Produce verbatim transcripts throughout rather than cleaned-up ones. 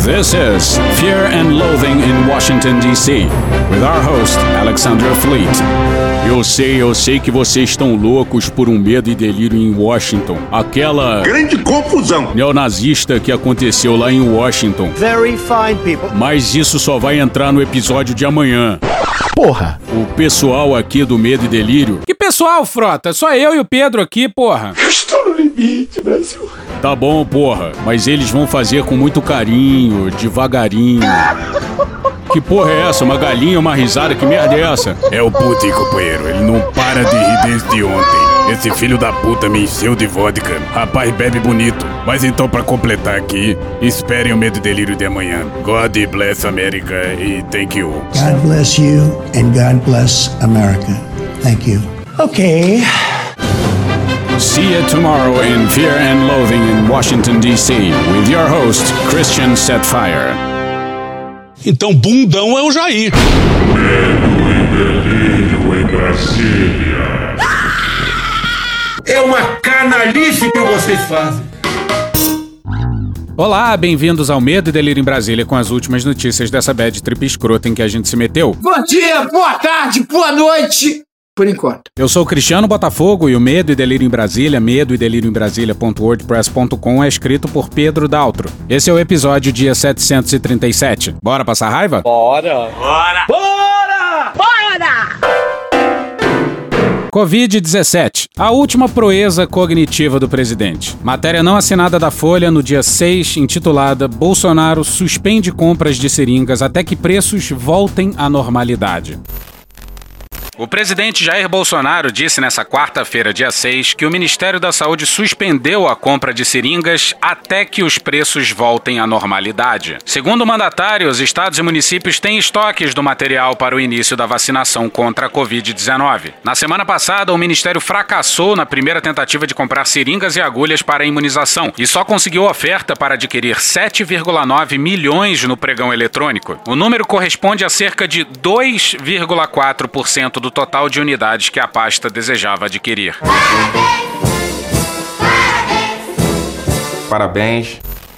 This is Fear and Loathing in Washington, D C, with our host, Alexandra Fleet. Eu sei, eu sei que vocês estão loucos por um medo e delírio em Washington. Aquela... grande confusão neonazista que aconteceu lá em Washington. Very fine people. Mas isso só vai entrar no episódio de amanhã. Porra! O pessoal aqui do Medo e Delírio... Que pessoal, Frota? Só eu e o Pedro aqui, porra. Estou no limite, Brasil. Tá bom, porra, mas eles vão fazer com muito carinho, devagarinho. Que porra é essa? Uma galinha, uma risada? Que merda é essa? É o Putin, companheiro. Ele não para de rir desde ontem. Esse filho da puta me encheu de vodka. Rapaz, bebe bonito. Mas então, pra completar aqui, esperem o Medo e Delírio de amanhã. God bless America e thank you. God bless you and God bless America. Thank you. Okay. See you tomorrow in Fear and Loathing in Washington, D C, with your host, Christian Setfire. Então, bundão é o Jair. Medo e Delírio em Brasília. É uma canalice que vocês fazem. Olá, bem-vindos ao Medo e Delírio em Brasília com as últimas notícias dessa bad trip escrota em que a gente se meteu. Bom dia, boa tarde, boa noite. Por enquanto. Eu sou o Cristiano Botafogo e o Medo e Delírio em Brasília, medo e delírio em Brasília ponto wordpress ponto com é escrito por Pedro Daltro. Esse é o episódio dia setecentos e trinta e sete. Bora passar raiva? Bora! Bora! Bora! Bora! covid dezessete, a última proeza cognitiva do presidente. Matéria não assinada da Folha no dia seis, intitulada Bolsonaro suspende compras de seringas até que preços voltem à normalidade. O presidente Jair Bolsonaro disse nessa quarta-feira, dia seis, que o Ministério da Saúde suspendeu a compra de seringas até que os preços voltem à normalidade. Segundo o mandatário, os estados e municípios têm estoques do material para o início da vacinação contra a covid dezenove. Na semana passada, o Ministério fracassou na primeira tentativa de comprar seringas e agulhas para a imunização e só conseguiu oferta para adquirir sete vírgula nove milhões no pregão eletrônico. O número corresponde a cerca de dois vírgula quatro por cento do total de unidades que a pasta desejava adquirir. Parabéns.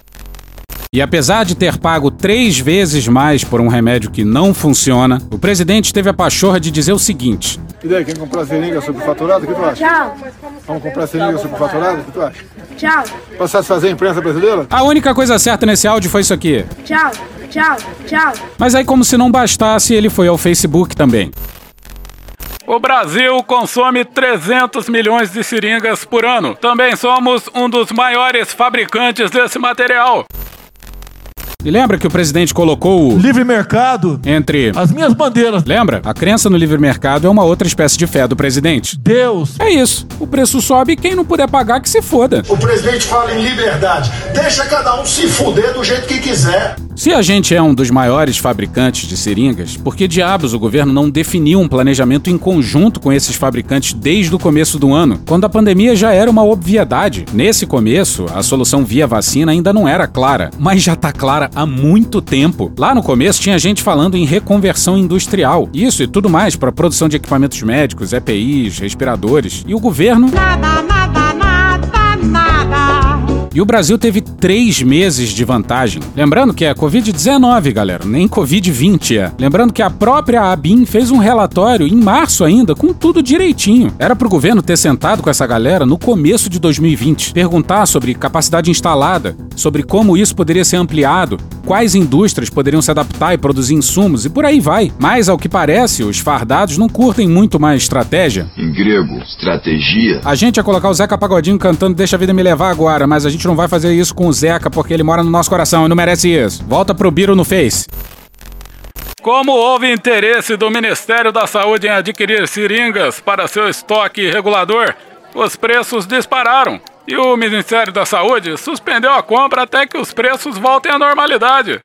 E apesar de ter pago três vezes mais por um remédio que não funciona, o presidente teve a pachorra de dizer o seguinte: e daí, quem comprar seringa superfaturada, o que tu acha? Tchau. Vamos comprar seringa superfaturada, o que tu acha? Tchau. Pra satisfazer a imprensa brasileira? A única coisa certa nesse áudio foi isso aqui. Tchau, tchau, tchau. Mas aí, como se não bastasse, ele foi ao Facebook também. O Brasil consome trezentos milhões de seringas por ano. Também somos um dos maiores fabricantes desse material. E lembra que o presidente colocou o livre mercado entre as minhas bandeiras. Lembra? A crença no livre mercado é uma outra espécie de fé do presidente. Deus. É isso. O preço sobe e quem não puder pagar que se foda. O presidente fala em liberdade. Deixa cada um se fuder do jeito que quiser. Se a gente é um dos maiores fabricantes de seringas, por que diabos o governo não definiu um planejamento em conjunto com esses fabricantes desde o começo do ano, quando a pandemia já era uma obviedade? Nesse começo, a solução via vacina ainda não era clara, mas já tá clara há muito tempo. Lá no começo tinha gente falando em reconversão industrial, isso e tudo mais para produção de equipamentos médicos, E P Is, respiradores, e o governo... Nada, nada, nada, nada. E o Brasil teve três meses de vantagem. Lembrando que é covid dezenove, galera, nem covid vinte é. Lembrando que a própria ABIN fez um relatório em março ainda, com tudo direitinho. Era pro governo ter sentado com essa galera no começo de dois mil e vinte, perguntar sobre capacidade instalada, sobre como isso poderia ser ampliado, quais indústrias poderiam se adaptar e produzir insumos, e por aí vai. Mas, ao que parece, os fardados não curtem muito mais estratégia. Em grego, estratégia. A gente ia colocar o Zeca Pagodinho cantando Deixa a Vida Me Levar agora, mas a gente não vai fazer isso com o Zeca porque ele mora no nosso coração e não merece isso. Volta pro Biro no Face. Como houve interesse do Ministério da Saúde em adquirir seringas para seu estoque regulador, os preços dispararam. E o Ministério da Saúde suspendeu a compra até que os preços voltem à normalidade.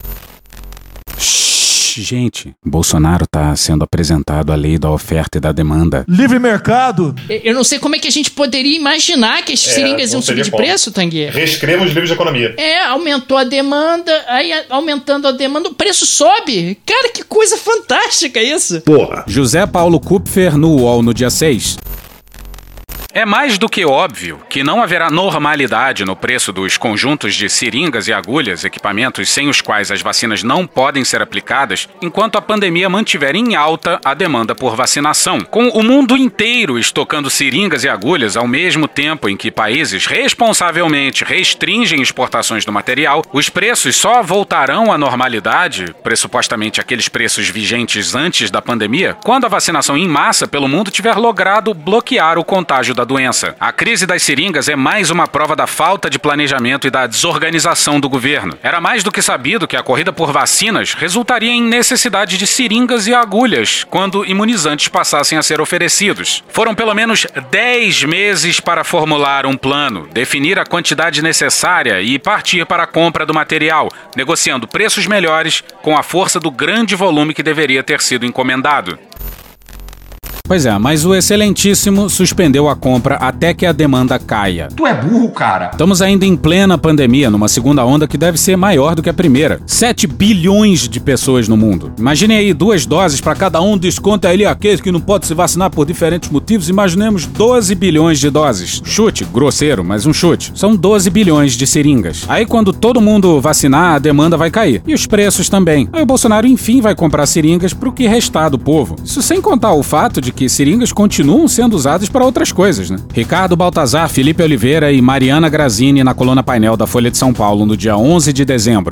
Gente, Bolsonaro tá sendo apresentado a lei da oferta e da demanda. Livre mercado. Eu não sei como é que a gente poderia imaginar que as é, seringas iam subir de como. preço, Tangueira. Reescreva os livros de economia. É, aumentou a demanda, aí aumentando a demanda, o preço sobe. Cara, que coisa fantástica isso. Porra. José Paulo Kupfer no U O L no dia seis. É mais do que óbvio que não haverá normalidade no preço dos conjuntos de seringas e agulhas, equipamentos sem os quais as vacinas não podem ser aplicadas, enquanto a pandemia mantiver em alta a demanda por vacinação. Com o mundo inteiro estocando seringas e agulhas ao mesmo tempo em que países responsavelmente restringem exportações do material, os preços só voltarão à normalidade, pressupostamente aqueles preços vigentes antes da pandemia, quando a vacinação em massa pelo mundo tiver logrado bloquear o contágio da doença. A crise das seringas é mais uma prova da falta de planejamento e da desorganização do governo. Era mais do que sabido que a corrida por vacinas resultaria em necessidade de seringas e agulhas quando imunizantes passassem a ser oferecidos. Foram pelo menos dez meses para formular um plano, definir a quantidade necessária e partir para a compra do material, negociando preços melhores com a força do grande volume que deveria ter sido encomendado. Pois é, mas o Excelentíssimo suspendeu a compra até que a demanda caia. Tu é burro, cara. Estamos ainda em plena pandemia, numa segunda onda que deve ser maior do que a primeira. sete bilhões de pessoas no mundo. Imaginem aí duas doses para cada um, desconta ele aquele que não pode se vacinar por diferentes motivos. Imaginemos doze bilhões de doses. Chute, grosseiro, mas um chute. São doze bilhões de seringas. Aí quando todo mundo vacinar, a demanda vai cair. E os preços também. Aí o Bolsonaro enfim vai comprar seringas pro que restar do povo. Isso sem contar o fato de que seringas continuam sendo usadas para outras coisas, né? Ricardo Baltazar, Felipe Oliveira e Mariana Grazini na coluna Painel da Folha de São Paulo no dia onze de dezembro.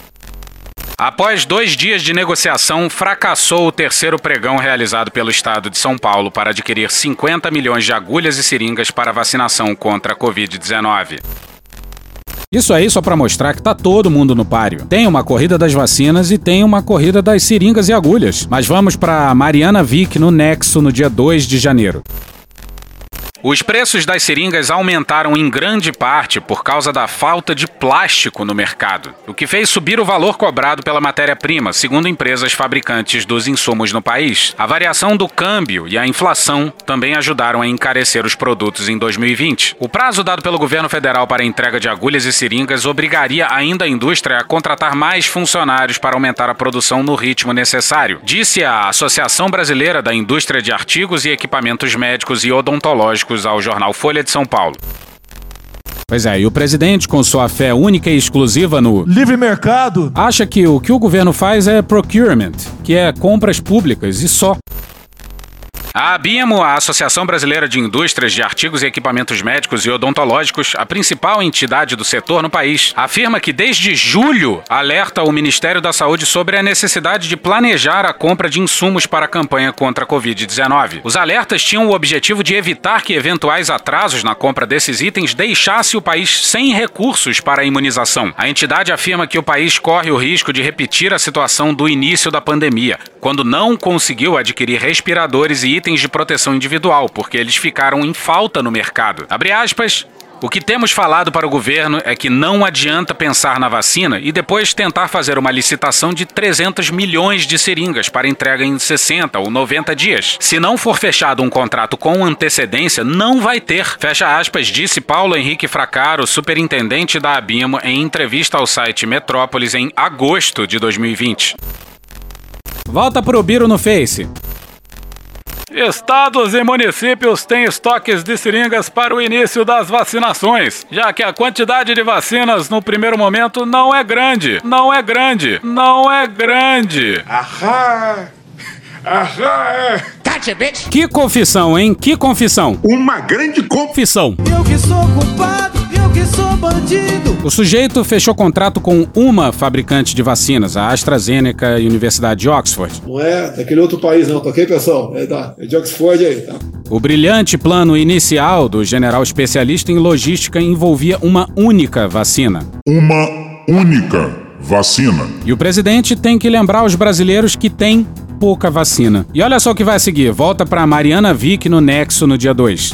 Após dois dias de negociação, fracassou o terceiro pregão realizado pelo Estado de São Paulo para adquirir cinquenta milhões de agulhas e seringas para vacinação contra a covid dezenove. Isso aí só para mostrar que tá todo mundo no páreo. Tem uma corrida das vacinas e tem uma corrida das seringas e agulhas. Mas vamos para Mariana Vick no Nexo no dia dois de janeiro. Os preços das seringas aumentaram em grande parte por causa da falta de plástico no mercado, o que fez subir o valor cobrado pela matéria-prima, segundo empresas fabricantes dos insumos no país. A variação do câmbio e a inflação também ajudaram a encarecer os produtos em dois mil e vinte. O prazo dado pelo governo federal para a entrega de agulhas e seringas obrigaria ainda a indústria a contratar mais funcionários para aumentar a produção no ritmo necessário, disse a Associação Brasileira da Indústria de Artigos e Equipamentos Médicos e Odontológicos ao jornal Folha de São Paulo. Pois é, e o presidente, com sua fé única e exclusiva no livre mercado, acha que o que o governo faz é procurement, que é compras públicas e só. A ABIMO, a Associação Brasileira de Indústrias de Artigos e Equipamentos Médicos e Odontológicos, a principal entidade do setor no país, afirma que desde julho alerta o Ministério da Saúde sobre a necessidade de planejar a compra de insumos para a campanha contra a covid dezenove. Os alertas tinham o objetivo de evitar que eventuais atrasos na compra desses itens deixasse o país sem recursos para a imunização. A entidade afirma que o país corre o risco de repetir a situação do início da pandemia, quando não conseguiu adquirir respiradores e itens de proteção individual, porque eles ficaram em falta no mercado. Abre aspas. O que temos falado para o governo é que não adianta pensar na vacina e depois tentar fazer uma licitação de trezentos milhões de seringas para entrega em sessenta ou noventa dias. Se não for fechado um contrato com antecedência, não vai ter. Fecha aspas, disse Paulo Henrique Fracaro, superintendente da ABIMO, em entrevista ao site Metrópolis em agosto de dois mil e vinte. Volta pro Biro no Face. Estados e municípios têm estoques de seringas para o início das vacinações, já que a quantidade de vacinas no primeiro momento não é grande, não é grande, não é grande. Ahá! Ahá! Que confissão, hein? Que confissão? Uma grande confissão. Eu que sou culpado, eu que sou bandido. O sujeito fechou contrato com uma fabricante de vacinas, a AstraZeneca e Universidade de Oxford. Não é daquele outro país não, tá ok, pessoal? É, da, é de Oxford aí, tá? O brilhante plano inicial do general especialista em logística envolvia uma única vacina. Uma única vacina. E o presidente tem que lembrar aos brasileiros que tem pouca vacina. E olha só o que vai seguir. Volta para Mariana Vick no Nexo no dia dois.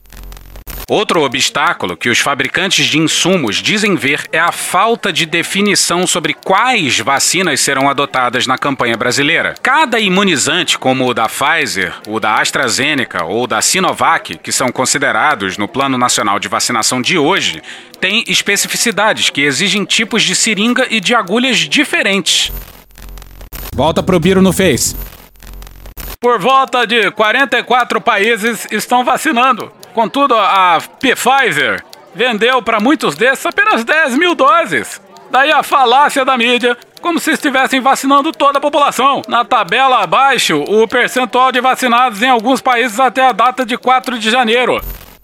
Outro obstáculo que os fabricantes de insumos dizem ver é a falta de definição sobre quais vacinas serão adotadas na campanha brasileira. Cada imunizante, como o da Pfizer, o da AstraZeneca ou da Sinovac, que são considerados no Plano Nacional de Vacinação de hoje, tem especificidades que exigem tipos de seringa e de agulhas diferentes. Volta pro Biro no Face. Por volta de quarenta e quatro países estão vacinando. Contudo, a Pfizer vendeu para muitos desses apenas dez mil doses. Daí a falácia da mídia, como se estivessem vacinando toda a população. Na tabela abaixo, o percentual de vacinados em alguns países até a data de quatro de janeiro.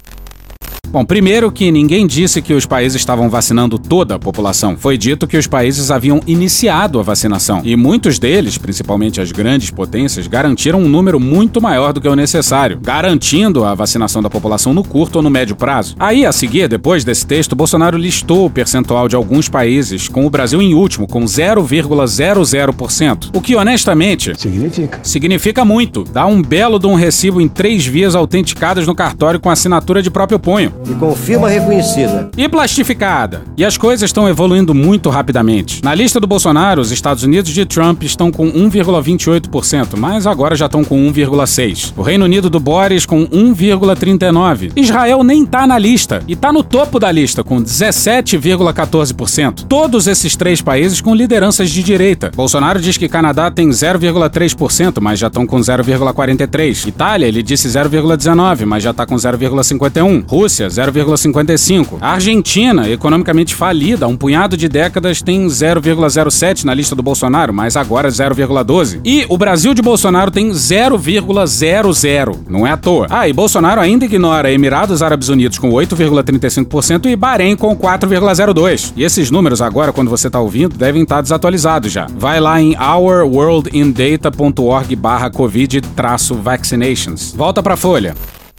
Bom, primeiro que ninguém disse que os países estavam vacinando toda a população. Foi dito que os países haviam iniciado a vacinação. E muitos deles, principalmente as grandes potências, garantiram um número muito maior do que o necessário, garantindo a vacinação da população no curto ou no médio prazo. Aí, a seguir, depois desse texto, Bolsonaro listou o percentual de alguns países, com o Brasil em último, com zero vírgula zero zero por cento. O que, honestamente, significa significa muito. Dá um belo de um recibo em três vias autenticadas no cartório com assinatura de próprio punho. E com firma reconhecida. E plastificada. E as coisas estão evoluindo muito rapidamente. Na lista do Bolsonaro, os Estados Unidos de Trump estão com um vírgula vinte e oito por cento, mas agora já estão com um vírgula seis por cento. O Reino Unido do Boris com um vírgula trinta e nove por cento. Israel nem tá na lista e tá no topo da lista com dezessete vírgula quatorze por cento. Todos esses três países com lideranças de direita. Bolsonaro diz que Canadá tem zero vírgula três por cento, mas já estão com zero vírgula quarenta e três por cento. Itália, ele disse zero vírgula dezenove por cento, mas já tá com zero vírgula cinquenta e um por cento. Rússia, zero vírgula cinquenta e cinco por cento. A Argentina, economicamente falida há um punhado de décadas, tem zero vírgula zero sete por cento na lista do Bolsonaro, mas agora zero vírgula doze por cento. E o Brasil de Bolsonaro tem zero vírgula zero zero por cento. Não é à toa. Ah, e Bolsonaro ainda ignora Emirados Árabes Unidos com oito vírgula trinta e cinco por cento e Bahrein com quatro vírgula zero dois por cento. E esses números agora, quando você está ouvindo, devem estar desatualizados já. Vai lá em our world in data ponto org barra covid vaccinations. Volta pra Folha.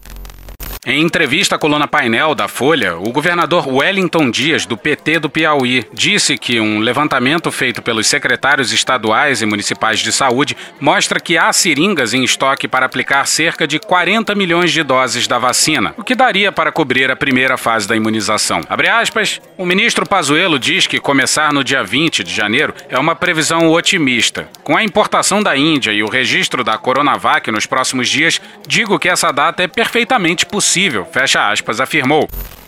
Em entrevista à coluna Painel da Folha, o governador Wellington Dias, do P T do Piauí, disse que um levantamento feito pelos secretários estaduais e municipais de saúde mostra que há seringas em estoque para aplicar cerca de quarenta milhões de doses da vacina, o que daria para cobrir a primeira fase da imunização. Abre aspas, o ministro Pazuello diz que começar no dia vinte de janeiro é uma previsão otimista. Com a importação da Índia e o registro da Coronavac nos próximos dias, digo que essa data é perfeitamente possível. Fecha aspas, afirmou.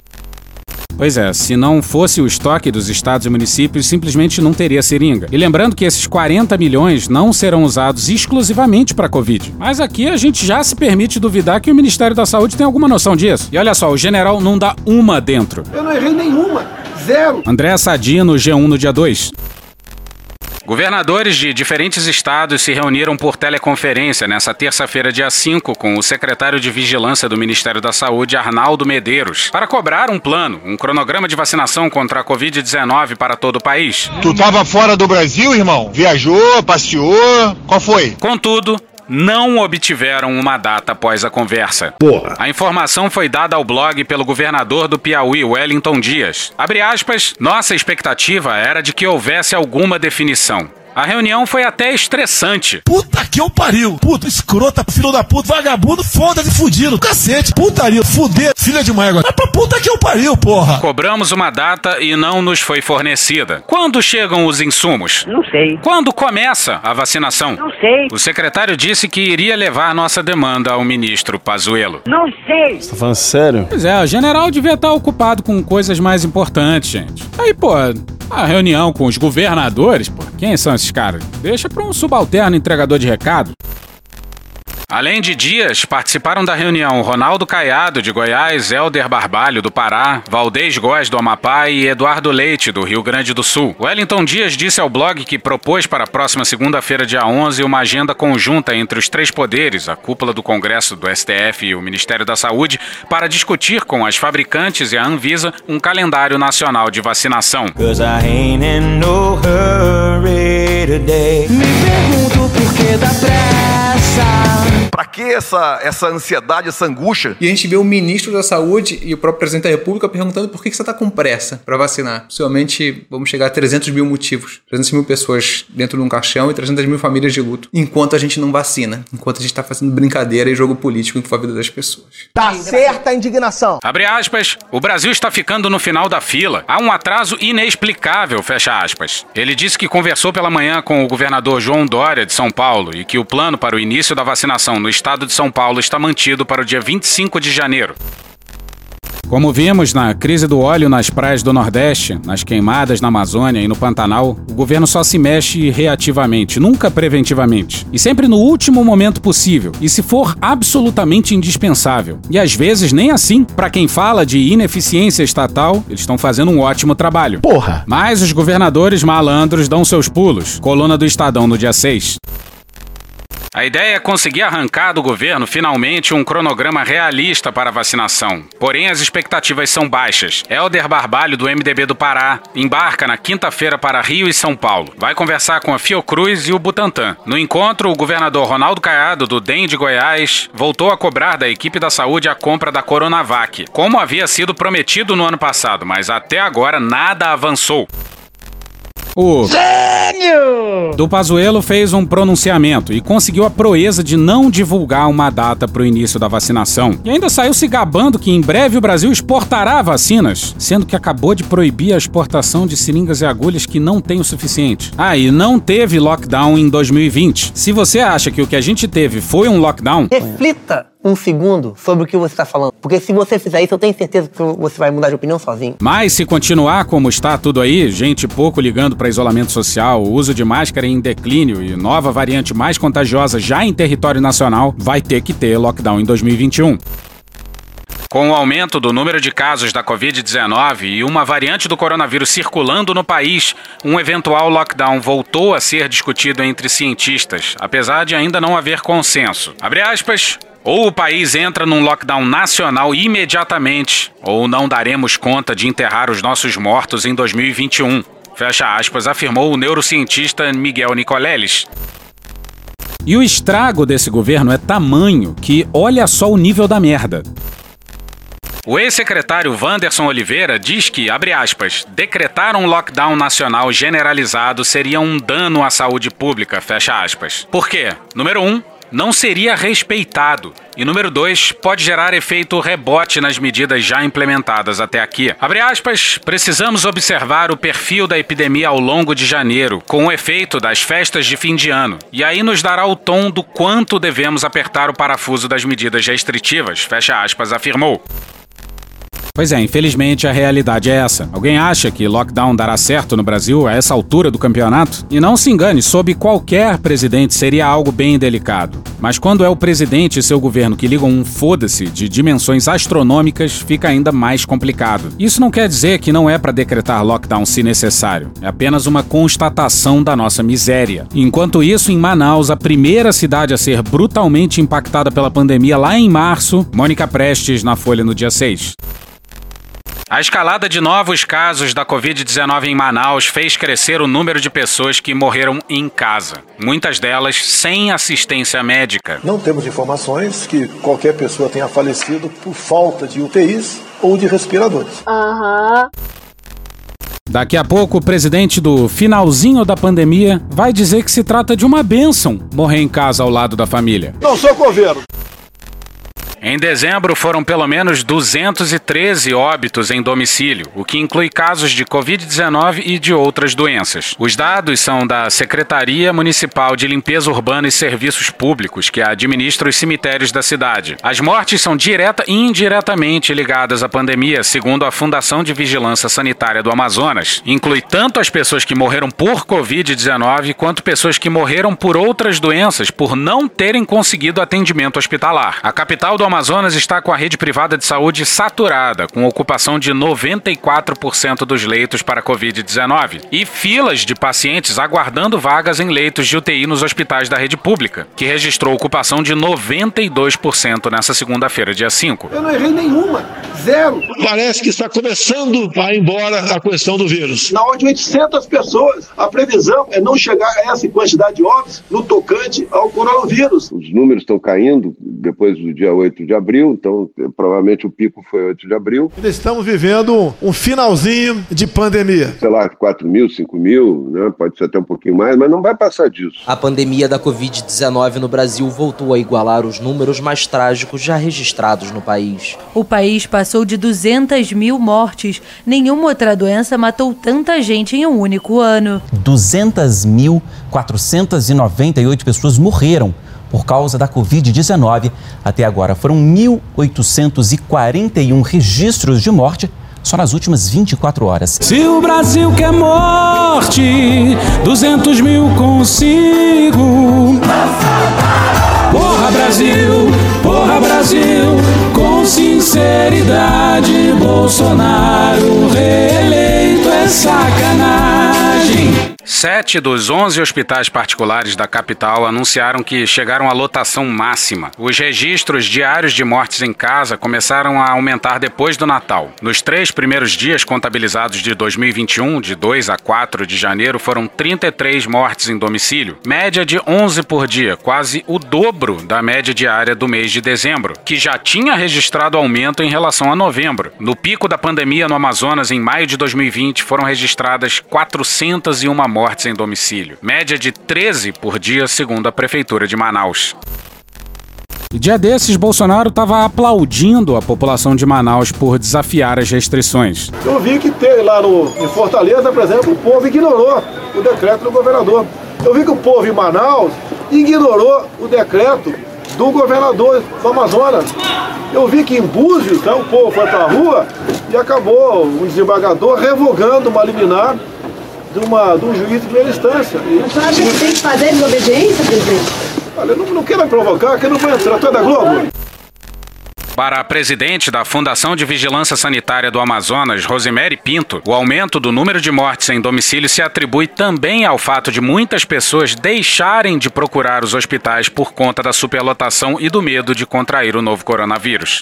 Pois é, se não fosse o estoque dos estados e municípios, simplesmente não teria seringa. E lembrando que esses quarenta milhões não serão usados exclusivamente para Covid. Mas aqui a gente já se permite duvidar que o Ministério da Saúde tem alguma noção disso. E olha só, o general não dá uma dentro. Eu não errei nenhuma. Zero. André Sadino, G um no dia dois. Governadores de diferentes estados se reuniram por teleconferência nesta terça-feira, dia cinco, com o secretário de Vigilância do Ministério da Saúde, Arnaldo Medeiros, para cobrar um plano, um cronograma de vacinação contra a covid dezenove para todo o país. Tu tava fora do Brasil, irmão? Viajou, passeou? Qual foi? Contudo, não obtiveram uma data após a conversa. Porra. A informação foi dada ao blog pelo governador do Piauí, Wellington Dias. Abre aspas, nossa expectativa era de que houvesse alguma definição. A reunião foi até estressante. Puta que eu pariu. Puta, escrota, filho da puta, vagabundo, foda-se, fudido. Cacete, putaria, fuder, filha de uma égua. Mas pra puta que eu pariu, porra. Cobramos uma data e não nos foi fornecida. Quando chegam os insumos? Não sei. Quando começa a vacinação? Não sei. O secretário disse que iria levar nossa demanda ao ministro Pazuello. Não sei. Você tá falando sério? Pois é, o general devia estar ocupado com coisas mais importantes, gente. Aí, pô, a reunião com os governadores, pô, quem são esses caras? Deixa pra um subalterno entregador de recado. Além de Dias, participaram da reunião Ronaldo Caiado, de Goiás, Helder Barbalho, do Pará, Valdez Góes, do Amapá e Eduardo Leite, do Rio Grande do Sul. Wellington Dias disse ao blog que propôs para a próxima segunda-feira, dia onze, uma agenda conjunta entre os três poderes, a cúpula do Congresso, do S T F e o Ministério da Saúde, para discutir com as fabricantes e a Anvisa um calendário nacional de vacinação. Me pergunto por que dá pressa. Pra que essa, essa ansiedade, essa angústia? E a gente vê o ministro da Saúde e o próprio presidente da República perguntando por que você tá com pressa pra vacinar. Possivelmente vamos chegar a trezentos mil motivos. trezentas mil pessoas dentro de um caixão e trezentas mil famílias de luto. Enquanto a gente não vacina. Enquanto a gente tá fazendo brincadeira e jogo político com a vida das pessoas. Tá certa a indignação. Abre aspas. O Brasil está ficando no final da fila. Há um atraso inexplicável, fecha aspas. Ele disse que conversou pela manhã com o governador João Dória, de São Paulo, e que o plano para o início da vacinação no estado de São Paulo está mantido para o dia vinte e cinco de janeiro. Como vimos na crise do óleo nas praias do Nordeste, nas queimadas na Amazônia e no Pantanal, o governo só se mexe reativamente, nunca preventivamente. E sempre no último momento possível, e se for absolutamente indispensável. E às vezes nem assim. Para quem fala de ineficiência estatal, eles estão fazendo um ótimo trabalho. Porra! Mas os governadores malandros dão seus pulos. Coluna do Estadão no dia seis. A ideia é conseguir arrancar do governo, finalmente, um cronograma realista para a vacinação. Porém, as expectativas são baixas. Helder Barbalho, do M D B do Pará, embarca na quinta-feira para Rio e São Paulo. Vai conversar com a Fiocruz e o Butantan. No encontro, o governador Ronaldo Caiado, do D E M de Goiás, voltou a cobrar da equipe da saúde a compra da Coronavac, como havia sido prometido no ano passado, mas até agora nada avançou. O Gênio do Pazuello fez um pronunciamento e conseguiu a proeza de não divulgar uma data para o início da vacinação. E ainda saiu se gabando que em breve o Brasil exportará vacinas, sendo que acabou de proibir a exportação de seringas e agulhas que não tem o suficiente. Ah, e não teve lockdown em dois mil e vinte. Se você acha que o que a gente teve foi um lockdown... Reflita um segundo sobre o que você está falando. Porque se você fizer isso, eu tenho certeza que você vai mudar de opinião sozinho. Mas se continuar como está tudo aí, gente pouco ligando para isolamento social, uso de máscara em declínio e nova variante mais contagiosa já em território nacional, vai ter que ter lockdown em dois mil e vinte e um. Com o aumento do número de casos da covid dezenove e uma variante do coronavírus circulando no país, um eventual lockdown voltou a ser discutido entre cientistas, apesar de ainda não haver consenso. Abre aspas... Ou o país entra num lockdown nacional imediatamente, ou não daremos conta de enterrar os nossos mortos em dois mil e vinte e um. Fecha aspas, afirmou o neurocientista Miguel Nicoleles. E o estrago desse governo é tamanho que olha só o nível da merda. O ex-secretário Wanderson Oliveira diz que, abre aspas, decretar um lockdown nacional generalizado seria um dano à saúde pública, fecha aspas. Por quê? Número um, não seria respeitado. E número dois, pode gerar efeito rebote nas medidas já implementadas até aqui. Abre aspas, precisamos observar o perfil da epidemia ao longo de janeiro, com o efeito das festas de fim de ano. E aí nos dará o tom do quanto devemos apertar o parafuso das medidas restritivas, fecha aspas, afirmou. Pois é, infelizmente a realidade é essa. Alguém acha que lockdown dará certo no Brasil a essa altura do campeonato? E não se engane, sob qualquer presidente seria algo bem delicado. Mas quando é o presidente e seu governo que ligam um foda-se de dimensões astronômicas, fica ainda mais complicado. Isso não quer dizer que não é para decretar lockdown se necessário. É apenas uma constatação da nossa miséria. Enquanto isso, em Manaus, a primeira cidade a ser brutalmente impactada pela pandemia lá em março, Mônica Prestes na Folha no dia seis. A escalada de novos casos da covid dezenove em Manaus fez crescer o número de pessoas que morreram em casa, muitas delas sem assistência médica. Não temos informações que qualquer pessoa tenha falecido por falta de U T Is ou de respiradores. Aham. Daqui a pouco, o presidente do finalzinho da pandemia vai dizer que se trata de uma bênção morrer em casa ao lado da família. Não sou coveiro. Em dezembro, foram pelo menos duzentos e treze óbitos em domicílio, o que inclui casos de covid dezenove e de outras doenças. Os dados são da Secretaria Municipal de Limpeza Urbana e Serviços Públicos, que administra os cemitérios da cidade. As mortes são direta e indiretamente ligadas à pandemia, segundo a Fundação de Vigilância Sanitária do Amazonas. Inclui tanto as pessoas que morreram por covid dezenove, quanto pessoas que morreram por outras doenças por não terem conseguido atendimento hospitalar. A capital do Amazonas está com a rede privada de saúde saturada, com ocupação de noventa e quatro por cento dos leitos para covid dezenove e filas de pacientes aguardando vagas em leitos de U T I nos hospitais da rede pública, que registrou ocupação de noventa e dois por cento nessa segunda-feira, dia cinco. Eu não errei nenhuma. Zero. Parece que está começando a ir embora a questão do vírus. Na ordem de oitocentas pessoas. A previsão é não chegar a essa quantidade de óbitos no tocante ao coronavírus. Os números estão caindo depois do dia oito de abril, então provavelmente o pico foi oito de abril. Estamos vivendo um finalzinho de pandemia. Sei lá, quatro mil, cinco mil, né? Pode ser até um pouquinho mais, mas não vai passar disso. A pandemia da covid dezenove no Brasil voltou a igualar os números mais trágicos já registrados no país. O país passou de duzentas mil mortes. Nenhuma outra doença matou tanta gente em um único ano. duzentas mil quatrocentas e noventa e oito pessoas morreram por causa da covid dezenove. Até agora foram mil oitocentos e quarenta e um registros de morte só nas últimas vinte e quatro horas. Se o Brasil quer morte, duzentos mil consigo. Porra Brasil, porra Brasil, com sinceridade, Bolsonaro reeleito é sacanagem. Sete dos onze hospitais particulares da capital anunciaram que chegaram à lotação máxima. Os registros diários de mortes em casa começaram a aumentar depois do Natal. Nos três primeiros dias contabilizados de dois mil e vinte e um, de dois a quatro de janeiro, foram trinta e três mortes em domicílio, média de onze por dia, quase o dobro da média diária do mês de dezembro, que já tinha registrado aumento em relação a novembro. No pico da pandemia no Amazonas, em maio de dois mil e vinte, foram registradas quatrocentas e uma mortes em domicílio, média de treze por dia, segundo a Prefeitura de Manaus. Dia desses, Bolsonaro estava aplaudindo a população de Manaus por desafiar as restrições. Eu vi que teve lá no, em Fortaleza, por exemplo, o povo ignorou o decreto do governador. Eu vi que o povo em Manaus ignorou o decreto do governador do Amazonas. Eu vi que em Búzios, tá, o povo foi para a rua e acabou um desembargador revogando uma liminar de, uma, de um juiz de primeira instância. Mas você acha que tem que fazer desobediência, presidente? Olha, eu não, não quero me provocar, que eu não vou entrar. Tu é da Globo? Para a presidente da Fundação de Vigilância Sanitária do Amazonas, Rosemary Pinto, o aumento do número de mortes em domicílio se atribui também ao fato de muitas pessoas deixarem de procurar os hospitais por conta da superlotação e do medo de contrair o novo coronavírus.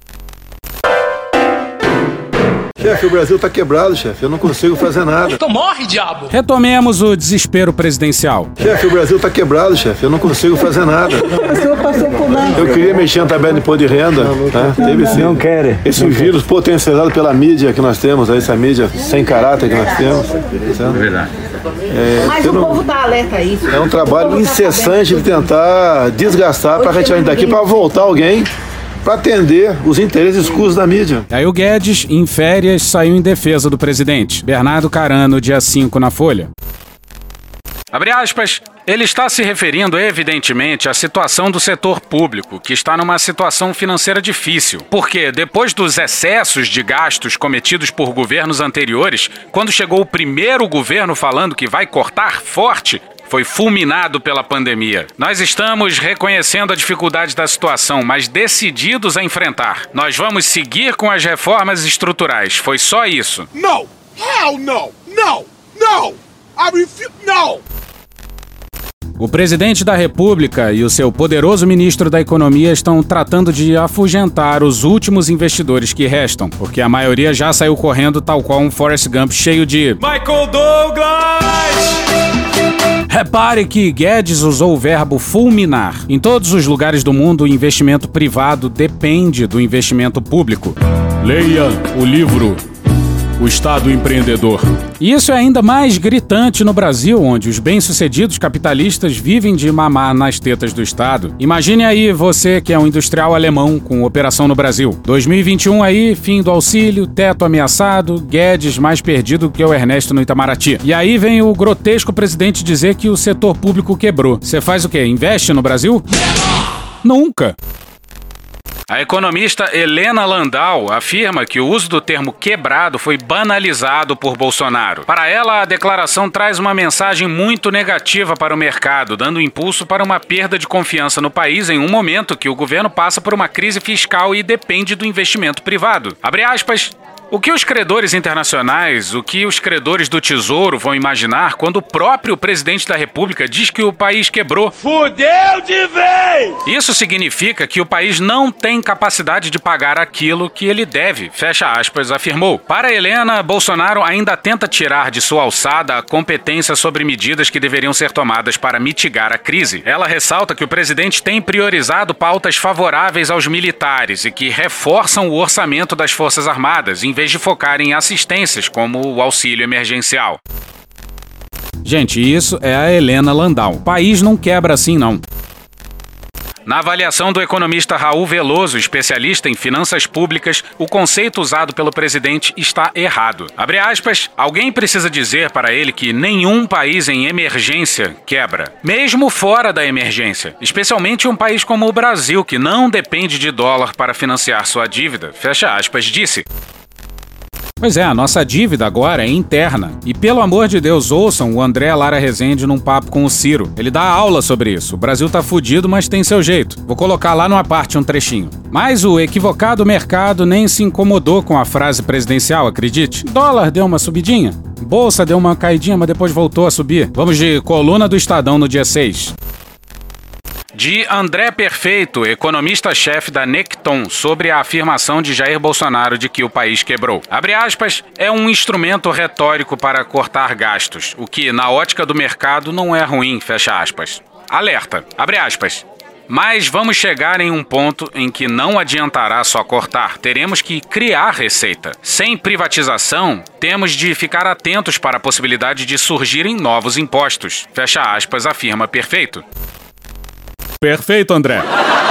Chefe, o Brasil tá quebrado, chefe. Eu não consigo fazer nada. Então morre, diabo! Retomemos o desespero presidencial. Chefe, o Brasil tá quebrado, chefe. Eu não consigo fazer nada. O senhor passou por lá. Eu queria mexer na tabela de imposto de renda. Tá? Teve sim. Não quer. Esse não vírus quer. Potencializado pela mídia que nós temos, essa mídia sem caráter que nós temos. É verdade. É, Mas o novo tá alerta a isso. É um trabalho incessante de tentar desgastar para retirar daqui, para voltar alguém para atender os interesses escusos da mídia. Aí o Guedes, em férias, saiu em defesa do presidente. Bernardo Carano, dia cinco, na Folha. Abre aspas. Ele está se referindo, evidentemente, à situação do setor público, que está numa situação financeira difícil. Porque, depois dos excessos de gastos cometidos por governos anteriores, quando chegou o primeiro governo falando que vai cortar forte, foi fulminado pela pandemia. Nós estamos reconhecendo a dificuldade da situação, mas decididos a enfrentar. Nós vamos seguir com as reformas estruturais. Foi só isso. No! Hell no! No! No! I refuse! No! O presidente da República e o seu poderoso ministro da Economia estão tratando de afugentar os últimos investidores que restam, porque a maioria já saiu correndo tal qual um Forrest Gump cheio de Michael Douglas! Repare que Guedes usou o verbo fulminar. Em todos os lugares do mundo, o investimento privado depende do investimento público. Leia o livro O Estado Empreendedor. E isso é ainda mais gritante no Brasil, onde os bem-sucedidos capitalistas vivem de mamar nas tetas do Estado. Imagine aí você que é um industrial alemão com operação no Brasil. dois mil e vinte e um aí, fim do auxílio, teto ameaçado, Guedes mais perdido que o Ernesto no Itamaraty. E aí vem o grotesco presidente dizer que o setor público quebrou. Você faz o quê? Investe no Brasil? Nunca! A economista Helena Landau afirma que o uso do termo quebrado foi banalizado por Bolsonaro. Para ela, a declaração traz uma mensagem muito negativa para o mercado, dando impulso para uma perda de confiança no país em um momento que o governo passa por uma crise fiscal e depende do investimento privado. Abre aspas. O que os credores internacionais, o que os credores do Tesouro vão imaginar quando o próprio presidente da República diz que o país quebrou? Fudeu de vez! Isso significa que o país não tem capacidade de pagar aquilo que ele deve, fecha aspas, afirmou. Para Helena, Bolsonaro ainda tenta tirar de sua alçada a competência sobre medidas que deveriam ser tomadas para mitigar a crise. Ela ressalta que o presidente tem priorizado pautas favoráveis aos militares e que reforçam o orçamento das Forças Armadas, em vez de focar em assistências, como o auxílio emergencial. Gente, isso é a Helena Landau. O país não quebra assim, não. Na avaliação do economista Raul Veloso, especialista em finanças públicas, o conceito usado pelo presidente está errado. Abre aspas, alguém precisa dizer para ele que nenhum país em emergência quebra, mesmo fora da emergência, especialmente um país como o Brasil, que não depende de dólar para financiar sua dívida, fecha aspas, disse. Pois é, a nossa dívida agora é interna. E pelo amor de Deus, ouçam o André Lara Rezende num papo com o Ciro. Ele dá aula sobre isso. O Brasil tá fudido, mas tem seu jeito. Vou colocar lá numa parte um trechinho. Mas o equivocado mercado nem se incomodou com a frase presidencial, acredite. Dólar deu uma subidinha. Bolsa deu uma caidinha, mas depois voltou a subir. Vamos de coluna do Estadão no dia seis. De André Perfeito, economista-chefe da Necton, sobre a afirmação de Jair Bolsonaro de que o país quebrou. Abre aspas, é um instrumento retórico para cortar gastos, o que, na ótica do mercado, não é ruim, fecha aspas. Alerta, abre aspas. Mas vamos chegar em um ponto em que não adiantará só cortar, teremos que criar receita. Sem privatização, temos de ficar atentos para a possibilidade de surgirem novos impostos, fecha aspas, afirma Perfeito. Perfeito, André.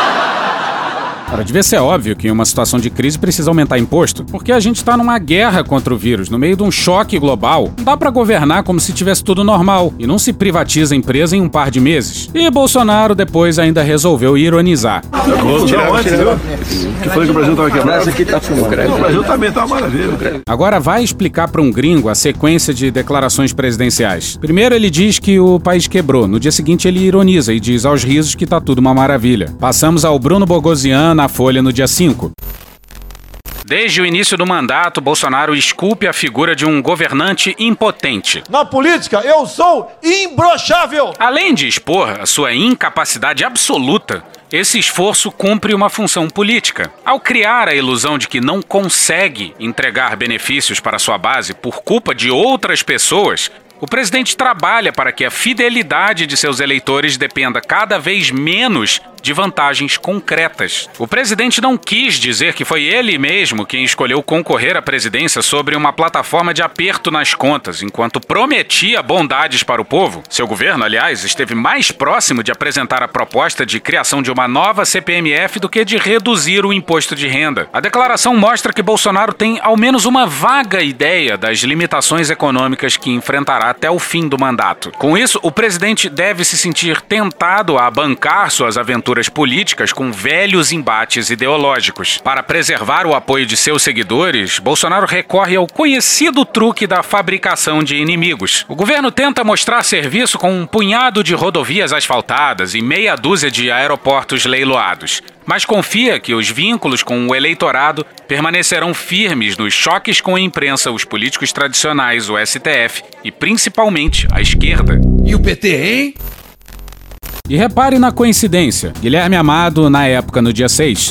Ora, devia ser óbvio que em uma situação de crise precisa aumentar imposto, porque a gente está numa guerra contra o vírus, no meio de um choque global. Não dá para governar como se tivesse tudo normal, e não se privatiza a empresa em um par de meses. E Bolsonaro depois ainda resolveu ironizar. Vou tirar antes, viu? Que foi que o Brasil estava quebrado. Essa aqui tá filmando. O Brasil também tá uma maravilha. Agora vai explicar para um gringo a sequência de declarações presidenciais. Primeiro ele diz que o país quebrou, no dia seguinte ele ironiza e diz aos risos que tá tudo uma maravilha. Passamos ao Bruno Bogosian na Folha no dia cinco. Desde o início do mandato, Bolsonaro esculpe a figura de um governante impotente. Na política, eu sou imbrochável! Além de expor a sua incapacidade absoluta, esse esforço cumpre uma função política. Ao criar a ilusão de que não consegue entregar benefícios para sua base por culpa de outras pessoas, o presidente trabalha para que a fidelidade de seus eleitores dependa cada vez menos de vantagens concretas. O presidente não quis dizer que foi ele mesmo quem escolheu concorrer à presidência sobre uma plataforma de aperto nas contas, enquanto prometia bondades para o povo. Seu governo, aliás, esteve mais próximo de apresentar a proposta de criação de uma nova C P M F do que de reduzir o imposto de renda. A declaração mostra que Bolsonaro tem ao menos uma vaga ideia das limitações econômicas que enfrentará até o fim do mandato. Com isso, o presidente deve se sentir tentado a bancar suas aventuras políticas com velhos embates ideológicos. Para preservar o apoio de seus seguidores, Bolsonaro recorre ao conhecido truque da fabricação de inimigos. O governo tenta mostrar serviço com um punhado de rodovias asfaltadas e meia dúzia de aeroportos leiloados, mas confia que os vínculos com o eleitorado permanecerão firmes nos choques com a imprensa, os políticos tradicionais, o S T F e principalmente a esquerda. E o P T, hein? E repare na coincidência. Guilherme Amado, na época, no dia seis.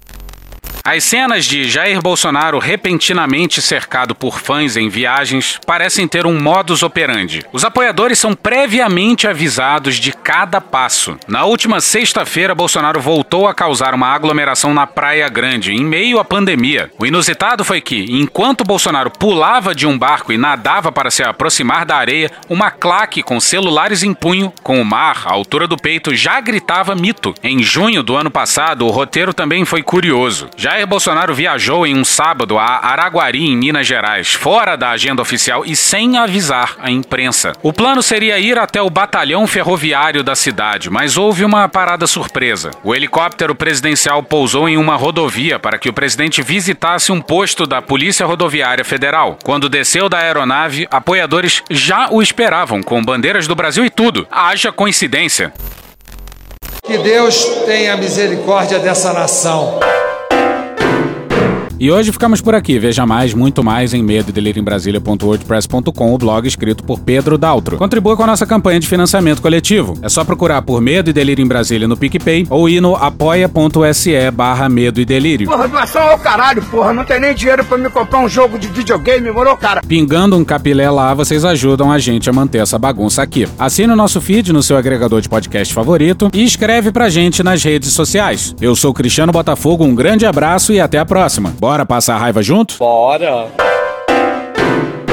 As cenas de Jair Bolsonaro repentinamente cercado por fãs em viagens parecem ter um modus operandi. Os apoiadores são previamente avisados de cada passo. Na última sexta-feira, Bolsonaro voltou a causar uma aglomeração na Praia Grande, em meio à pandemia. O inusitado foi que, enquanto Bolsonaro pulava de um barco e nadava para se aproximar da areia, uma claque com celulares em punho, com o mar à altura do peito, já gritava mito. Em junho do ano passado, o roteiro também foi curioso. Jair Bolsonaro viajou em um sábado a Araguari, em Minas Gerais, fora da agenda oficial e sem avisar a imprensa. O plano seria ir até o batalhão ferroviário da cidade, mas houve uma parada surpresa. O helicóptero presidencial pousou em uma rodovia para que o presidente visitasse um posto da Polícia Rodoviária Federal. Quando desceu da aeronave, apoiadores já o esperavam, com bandeiras do Brasil e tudo. Haja coincidência. Que Deus tenha misericórdia dessa nação. E hoje ficamos por aqui. Veja mais, muito mais em medo e delírio em brasília ponto wordpress ponto com, o blog escrito por Pedro Daltro. Contribua com a nossa campanha de financiamento coletivo. É só procurar por Medo e Delírio em Brasília no PicPay ou ir no apoia.se barra Medo e Delírio. Porra, doação ao caralho, porra. Não tem nem dinheiro pra me comprar um jogo de videogame, morou, cara? Pingando um capilé lá, vocês ajudam a gente a manter essa bagunça aqui. Assine o nosso feed no seu agregador de podcast favorito e escreve pra gente nas redes sociais. Eu sou Cristiano Botafogo, um grande abraço e até a próxima. Bora passar a raiva junto? Bora!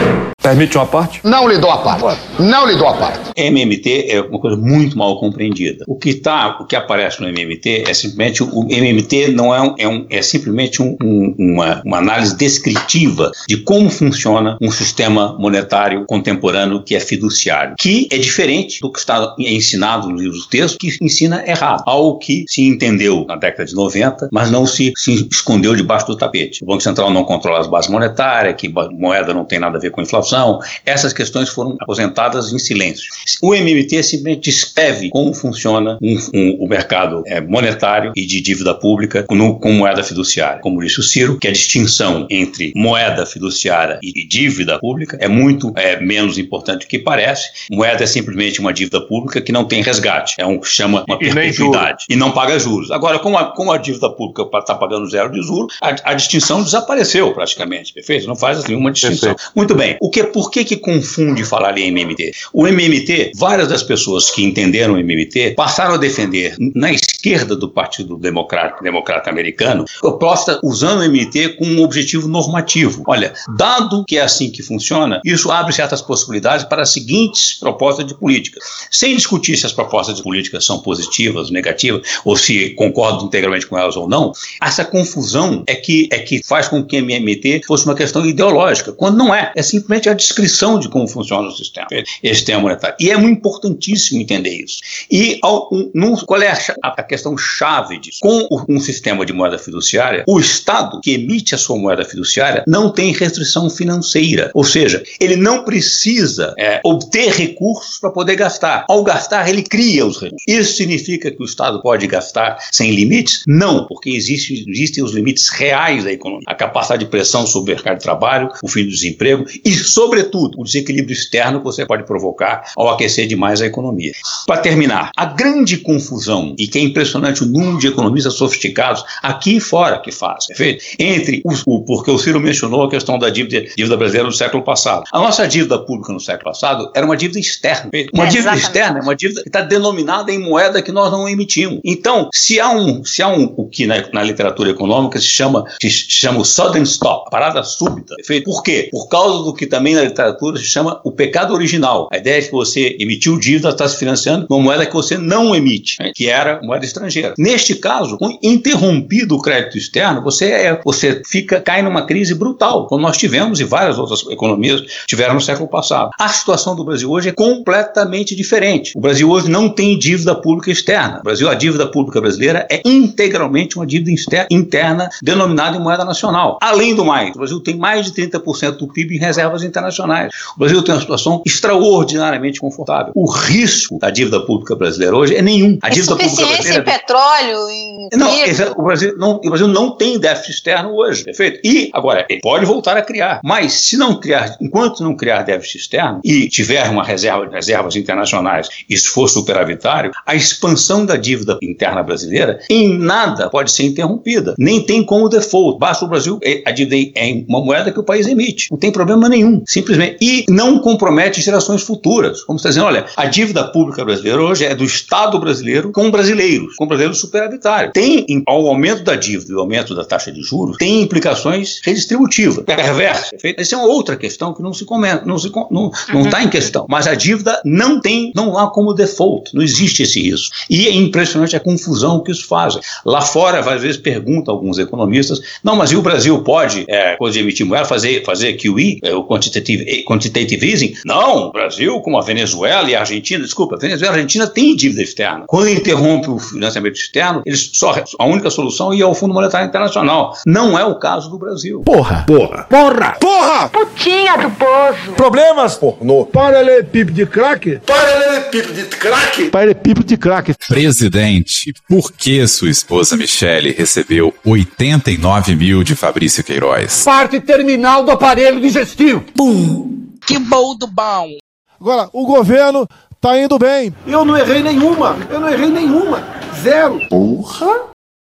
Permite uma parte? Não lhe dou a parte. Não lhe dou a parte. M M T é uma coisa muito mal compreendida. O que tá, o que aparece no M M T é simplesmente o M M T não é um, é, um, é simplesmente um, um, uma, uma análise descritiva de como funciona um sistema monetário contemporâneo que é fiduciário, que é diferente do que está ensinado nos livros do texto, que ensina errado, algo que se entendeu na década de noventa, mas não se, se escondeu debaixo do tapete. O Banco Central não controla as bases monetárias, que moeda não tem nada a ver com inflação. Essas questões foram aposentadas em silêncio. O M M T simplesmente descreve como funciona um, um, o mercado é, monetário e de dívida pública no, com moeda fiduciária. Como disse o Ciro, que a distinção entre moeda fiduciária e, e dívida pública é muito é, menos importante do que parece. Moeda é simplesmente uma dívida pública que não tem resgate. É um que chama uma perpetuidade. E, e não paga juros. Agora, como a, como a dívida pública está pagando zero de juros, a, a distinção desapareceu praticamente. Perfeito? Não faz nenhuma distinção. Perfeito. Muito bem. O que, por que que confunde falar em M M T? O M M T, várias das pessoas que entenderam o M M T passaram a defender na esquerda do Partido Democrata, Democrata Americano, proposta usando o M M T com um objetivo normativo. Olha, dado que é assim que funciona, isso abre certas possibilidades para as seguintes propostas de política. Sem discutir se as propostas de política são positivas, negativas, ou se concordo integralmente com elas ou não, essa confusão é que, é que faz com que o M M T fosse uma questão ideológica, quando não é. É simplesmente a descrição de como funciona o sistema, esse sistema monetário. E é muito importantíssimo entender isso. E ao, um, num, qual é a, a questão chave disso? Com o, um sistema de moeda fiduciária, o Estado que emite a sua moeda fiduciária não tem restrição financeira, ou seja, ele não precisa é, obter recursos para poder gastar. Ao gastar, ele cria os recursos. Isso significa que o Estado pode gastar sem limites? Não, porque existe, existem os limites reais da economia. A capacidade de pressão sobre o mercado de trabalho, o fim do desemprego e, sobretudo, o desequilíbrio externo que você pode provocar ao aquecer demais a economia. Para terminar, a grande confusão, e que é impressionante o número de economistas sofisticados aqui e fora que fazem, perfeito? Entre os, o, porque o Ciro mencionou a questão da dívida, dívida brasileira no século passado. A nossa dívida pública no século passado era uma dívida externa. Perfeito? Uma é, dívida exatamente. externa é uma dívida que está denominada em moeda que nós não emitimos. Então, se há um, se há um o que na, na literatura econômica se chama, se chama o sudden stop, parada súbita, perfeito? Por quê? Por causa do que também na literatura se chama o pecado original. A ideia é que você emitiu dívida, está se financiando numa moeda que você não emite, né? Que era moeda estrangeira. Neste caso, com interrompido o crédito externo, você, é, você fica, cai numa crise brutal, como nós tivemos e várias outras economias tiveram no século passado. A situação do Brasil hoje é completamente diferente. O Brasil hoje não tem dívida pública externa. O Brasil, a dívida pública brasileira é integralmente uma dívida interna denominada em moeda nacional. Além do mais, o Brasil tem mais de trinta por cento do P I B em reservas internacionais. O Brasil tem uma situação extraordinariamente confortável. O risco da dívida pública brasileira hoje é nenhum. A dívida pública brasileira em petróleo, em não, o, Brasil não, o Brasil não tem déficit externo hoje, perfeito? E, agora, ele pode voltar a criar. Mas, se não criar, enquanto não criar déficit externo e tiver uma reserva, reservas internacionais e se for superavitário, a expansão da dívida interna brasileira em nada pode ser interrompida. Nem tem como default. Basta o Brasil, a dívida é uma moeda que o país emite. Não tem problema nenhum. Simplesmente. E não compromete gerações futuras. Como você está dizendo, olha, a dívida pública brasileira hoje é do Estado brasileiro com brasileiros, com brasileiros superavitários. Tem, ao aumento da dívida e o aumento da taxa de juros, tem implicações redistributivas, perversas. Essa é uma outra questão que não se comenta, não se não não está em questão. Mas a dívida não tem, não há como default, não existe esse risco. E é impressionante a confusão que isso faz. Lá fora, às vezes perguntam alguns economistas, não, mas e o Brasil pode, é, coisa de emitir moeda, fazer, fazer Q E, é, o quantitative, quantitative easing? Não, o Brasil, como a Venezuela e a Argentina, desculpa, a Venezuela e a Argentina têm dívida externa. Quando interrompe o financiamento externo, eles só, a única solução é ir ao Fundo Monetário Internacional. Não é o caso do Brasil. Porra! Porra! Porra! Porra! Putinha do poço! Problemas? Pornô. Paralelepípedo de craque? Paralelepípedo de craque? Paralelepípedo de craque. Presidente, por que sua esposa Michele recebeu oitenta e nove mil de Fabrício Queiroz? Parte terminal do aparelho digestivo. Pum! Que bom do bom! Agora, o governo tá indo bem. Eu não errei nenhuma. Eu não errei nenhuma. Zero. Porra!